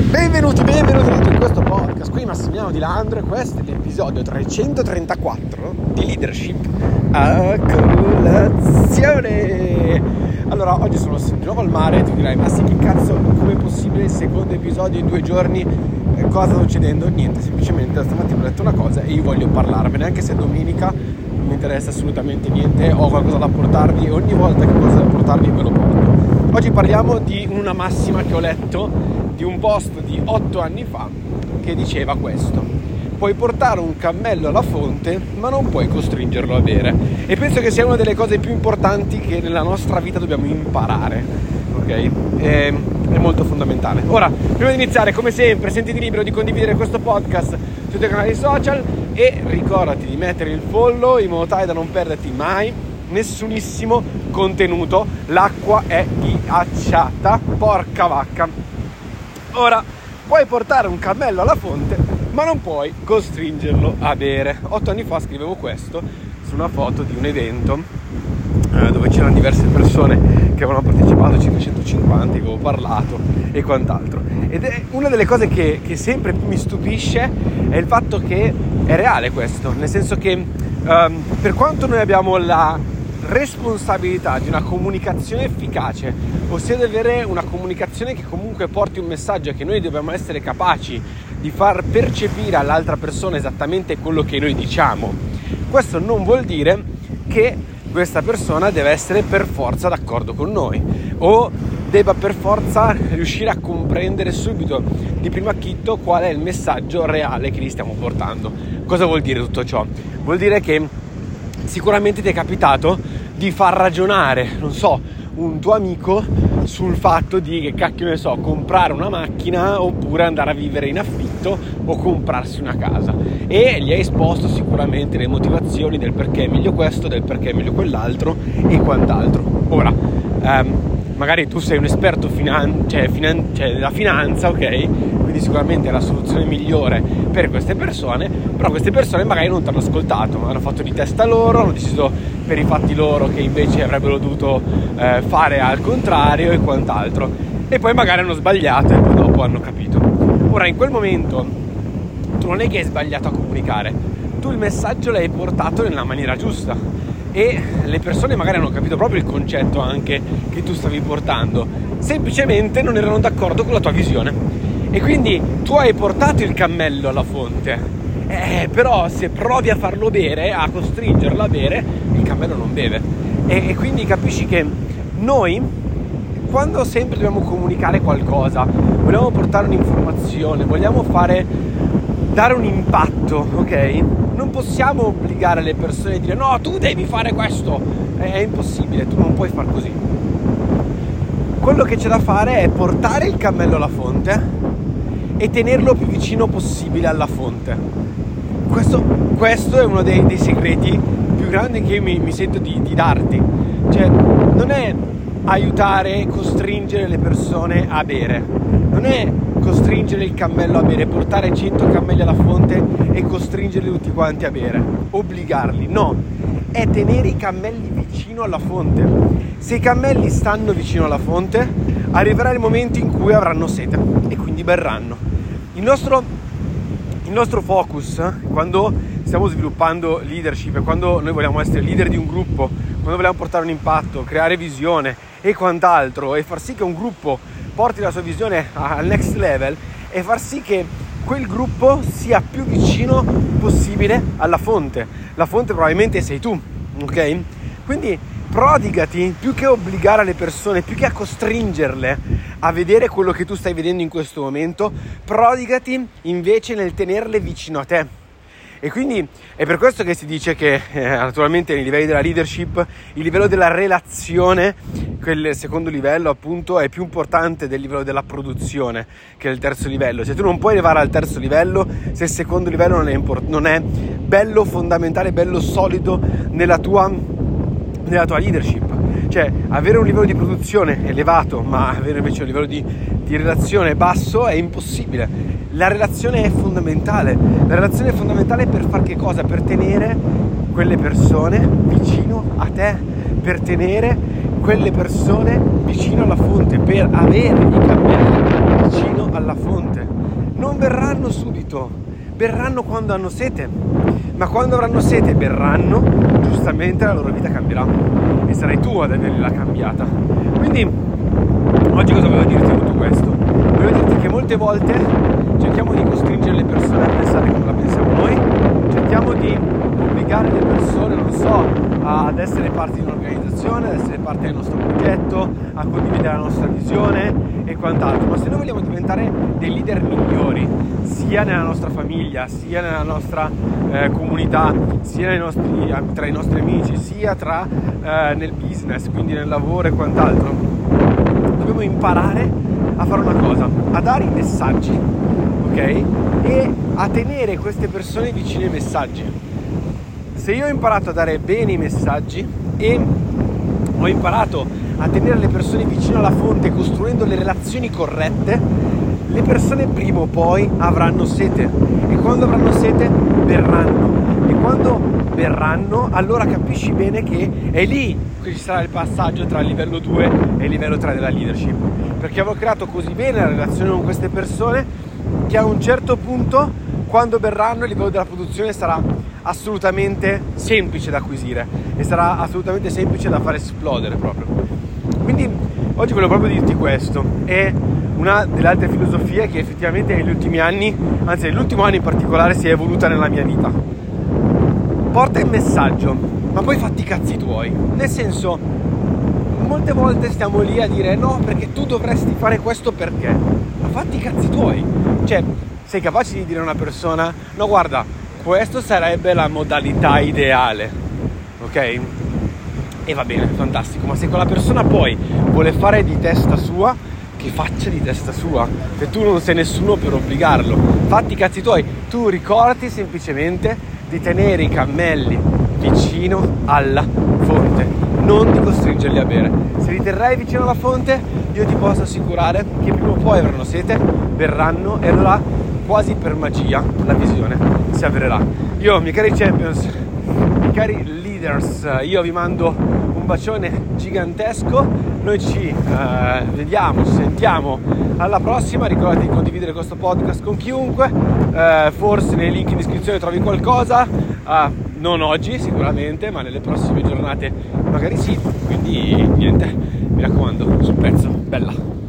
Benvenuti in questo podcast. Qui Massimiliano Di Landro e questo è l'episodio 334 di Leadership a colazione. Allora, oggi sono di nuovo al mare. Tu dirai, ma sì, che cazzo, come è possibile il secondo episodio in 2 giorni? Cosa sta succedendo? Niente, semplicemente stamattina ho detto una cosa e io voglio parlarmene, anche se è domenica, non mi interessa assolutamente niente, ho qualcosa da portarvi e ogni volta che ho qualcosa da portarvi ve lo porto. Oggi parliamo di una massima che ho letto di un post di 8 anni fa che diceva questo: puoi portare un cammello alla fonte ma non puoi costringerlo a bere. E penso che sia una delle cose più importanti che nella nostra vita dobbiamo imparare, ok? È molto fondamentale. Ora, prima di iniziare, come sempre, sentiti libero di condividere questo podcast sui tuoi canali social e ricordati di mettere il follow in modo tale da non perderti mai nessunissimo contenuto. L'acqua è ghiacciata, porca vacca. Ora, puoi portare un cammello alla fonte, ma non puoi costringerlo a bere. 8 anni fa scrivevo questo su una foto di un evento dove c'erano diverse persone che avevano partecipato, circa 150, che avevo parlato e quant'altro. Ed è una delle cose che sempre più mi stupisce è il fatto che è reale questo, nel senso che per quanto noi abbiamo la responsabilità di una comunicazione efficace, ossia di avere una comunicazione che comunque porti un messaggio e che noi dobbiamo essere capaci di far percepire all'altra persona esattamente quello che noi diciamo, questo non vuol dire che questa persona deve essere per forza d'accordo con noi o debba per forza riuscire a comprendere subito di primo acchito qual è il messaggio reale che gli stiamo portando. Cosa vuol dire tutto ciò? Vuol dire che sicuramente ti è capitato di far ragionare, non so, un tuo amico sul fatto di, che cacchio ne so, comprare una macchina oppure andare a vivere in affitto o comprarsi una casa, e gli hai esposto sicuramente le motivazioni del perché è meglio questo, del perché è meglio quell'altro e quant'altro. Ora, magari tu sei un esperto della finanza, ok? Quindi sicuramente è la soluzione migliore per queste persone, però queste persone magari non ti hanno ascoltato, hanno fatto di testa loro, hanno deciso per i fatti loro che invece avrebbero dovuto fare al contrario e quant'altro, e poi magari hanno sbagliato e poi dopo hanno capito. Ora, in quel momento tu non è che hai sbagliato a comunicare, tu il messaggio l'hai portato nella maniera giusta e le persone magari hanno capito proprio il concetto anche che tu stavi portando, semplicemente non erano d'accordo con la tua visione. E quindi tu hai portato il cammello alla fonte, però se provi a farlo bere, a costringerlo a bere, il cammello non beve. E quindi capisci che noi, quando sempre dobbiamo comunicare qualcosa, vogliamo portare un'informazione, vogliamo dare un impatto, ok? Non possiamo obbligare le persone a dire no, tu devi fare questo, è impossibile, tu non puoi far così. Quello che c'è da fare è portare il cammello alla fonte e tenerlo più vicino possibile alla fonte. Questo è uno dei segreti più grandi che io mi sento di darti. Cioè, non è aiutare, costringere le persone a bere, non è costringere il cammello a bere, portare 100 cammelli alla fonte e costringerli tutti quanti a bere, obbligarli, no, è tenere i cammelli vicino alla fonte. Se i cammelli stanno vicino alla fonte, arriverà il momento in cui avranno sete e quindi berranno. Il nostro focus, quando stiamo sviluppando leadership e quando noi vogliamo essere leader di un gruppo, quando vogliamo portare un impatto, creare visione e quant'altro, e far sì che un gruppo porti la sua visione al next level, e far sì che quel gruppo sia più vicino possibile alla fonte. La fonte probabilmente sei tu, ok? Quindi prodigati, più che obbligare le persone, più che a costringerle a vedere quello che tu stai vedendo in questo momento, prodigati invece nel tenerle vicino a te. E quindi è per questo che si dice che naturalmente nei livelli della leadership il livello della relazione, quel secondo livello appunto, è più importante del livello della produzione che è il terzo livello. Cioè tu non puoi arrivare al terzo livello se il secondo livello non è bello, fondamentale, bello solido nella tua leadership. Cioè avere un livello di produzione elevato ma avere invece un livello di relazione basso è impossibile. La relazione è fondamentale. La relazione è fondamentale per far che cosa? Per tenere quelle persone vicino a te, per tenere quelle persone vicino alla fonte, per avere i cammelli vicino alla fonte. Non verranno subito, berranno quando hanno sete, ma quando avranno sete berranno, giustamente la loro vita cambierà e sarai tu ad averla cambiata. Quindi oggi cosa voglio dirti tutto questo? Voglio dirti che molte volte cerchiamo di costringere le persone a pensare come la pensiamo noi, cerchiamo di obbligare le persone, non so, ad essere parte di un'organizzazione, ad essere parte del nostro progetto, a condividere la nostra visione e quant'altro. Ma se noi vogliamo diventare dei leader migliori, sia nella nostra famiglia, sia nella nostra comunità, sia tra i nostri amici, sia nel business, quindi nel lavoro e quant'altro, dobbiamo imparare a fare una cosa, a dare i messaggi, ok? E a tenere queste persone vicine ai messaggi. Se io ho imparato a dare bene i messaggi e ho imparato a tenere le persone vicino alla fonte costruendo le relazioni corrette, le persone prima o poi avranno sete e quando avranno sete berranno e quando berranno allora capisci bene che è lì che ci sarà il passaggio tra il livello 2 e il livello 3 della leadership, perché avevo creato così bene la relazione con queste persone che a un certo punto, quando berranno, il livello della produzione sarà assolutamente semplice da acquisire e sarà assolutamente semplice da far esplodere proprio. Quindi oggi volevo proprio dirti questo. È una delle altre filosofie che effettivamente negli ultimi anni, anzi nell'ultimo anno in particolare, si è evoluta nella mia vita. Porta il messaggio, ma poi fatti i cazzi tuoi. Nel senso, molte volte stiamo lì a dire no, perché tu dovresti fare questo perché. Ma fatti i cazzi tuoi. Cioè, sei capace di dire a una persona no, guarda, questo sarebbe la modalità ideale, ok? E va bene, fantastico, ma se quella persona poi vuole fare di testa sua, che faccia di testa sua, e tu non sei nessuno per obbligarlo. Fatti i cazzi tuoi, tu ricordati semplicemente di tenere i cammelli vicino alla fonte, non di costringerli a bere. Se li terrai vicino alla fonte, io ti posso assicurare che prima o poi avranno sete, berranno e allora quasi per magia la visione si avvererà. Io, miei cari champions, miei cari leaders, io vi mando un bacione gigantesco. Noi ci vediamo, ci sentiamo alla prossima. Ricordati di condividere questo podcast con chiunque, forse nei link in descrizione trovi qualcosa, non oggi sicuramente, ma nelle prossime giornate magari sì. Quindi niente, mi raccomando, sul pezzo, bella.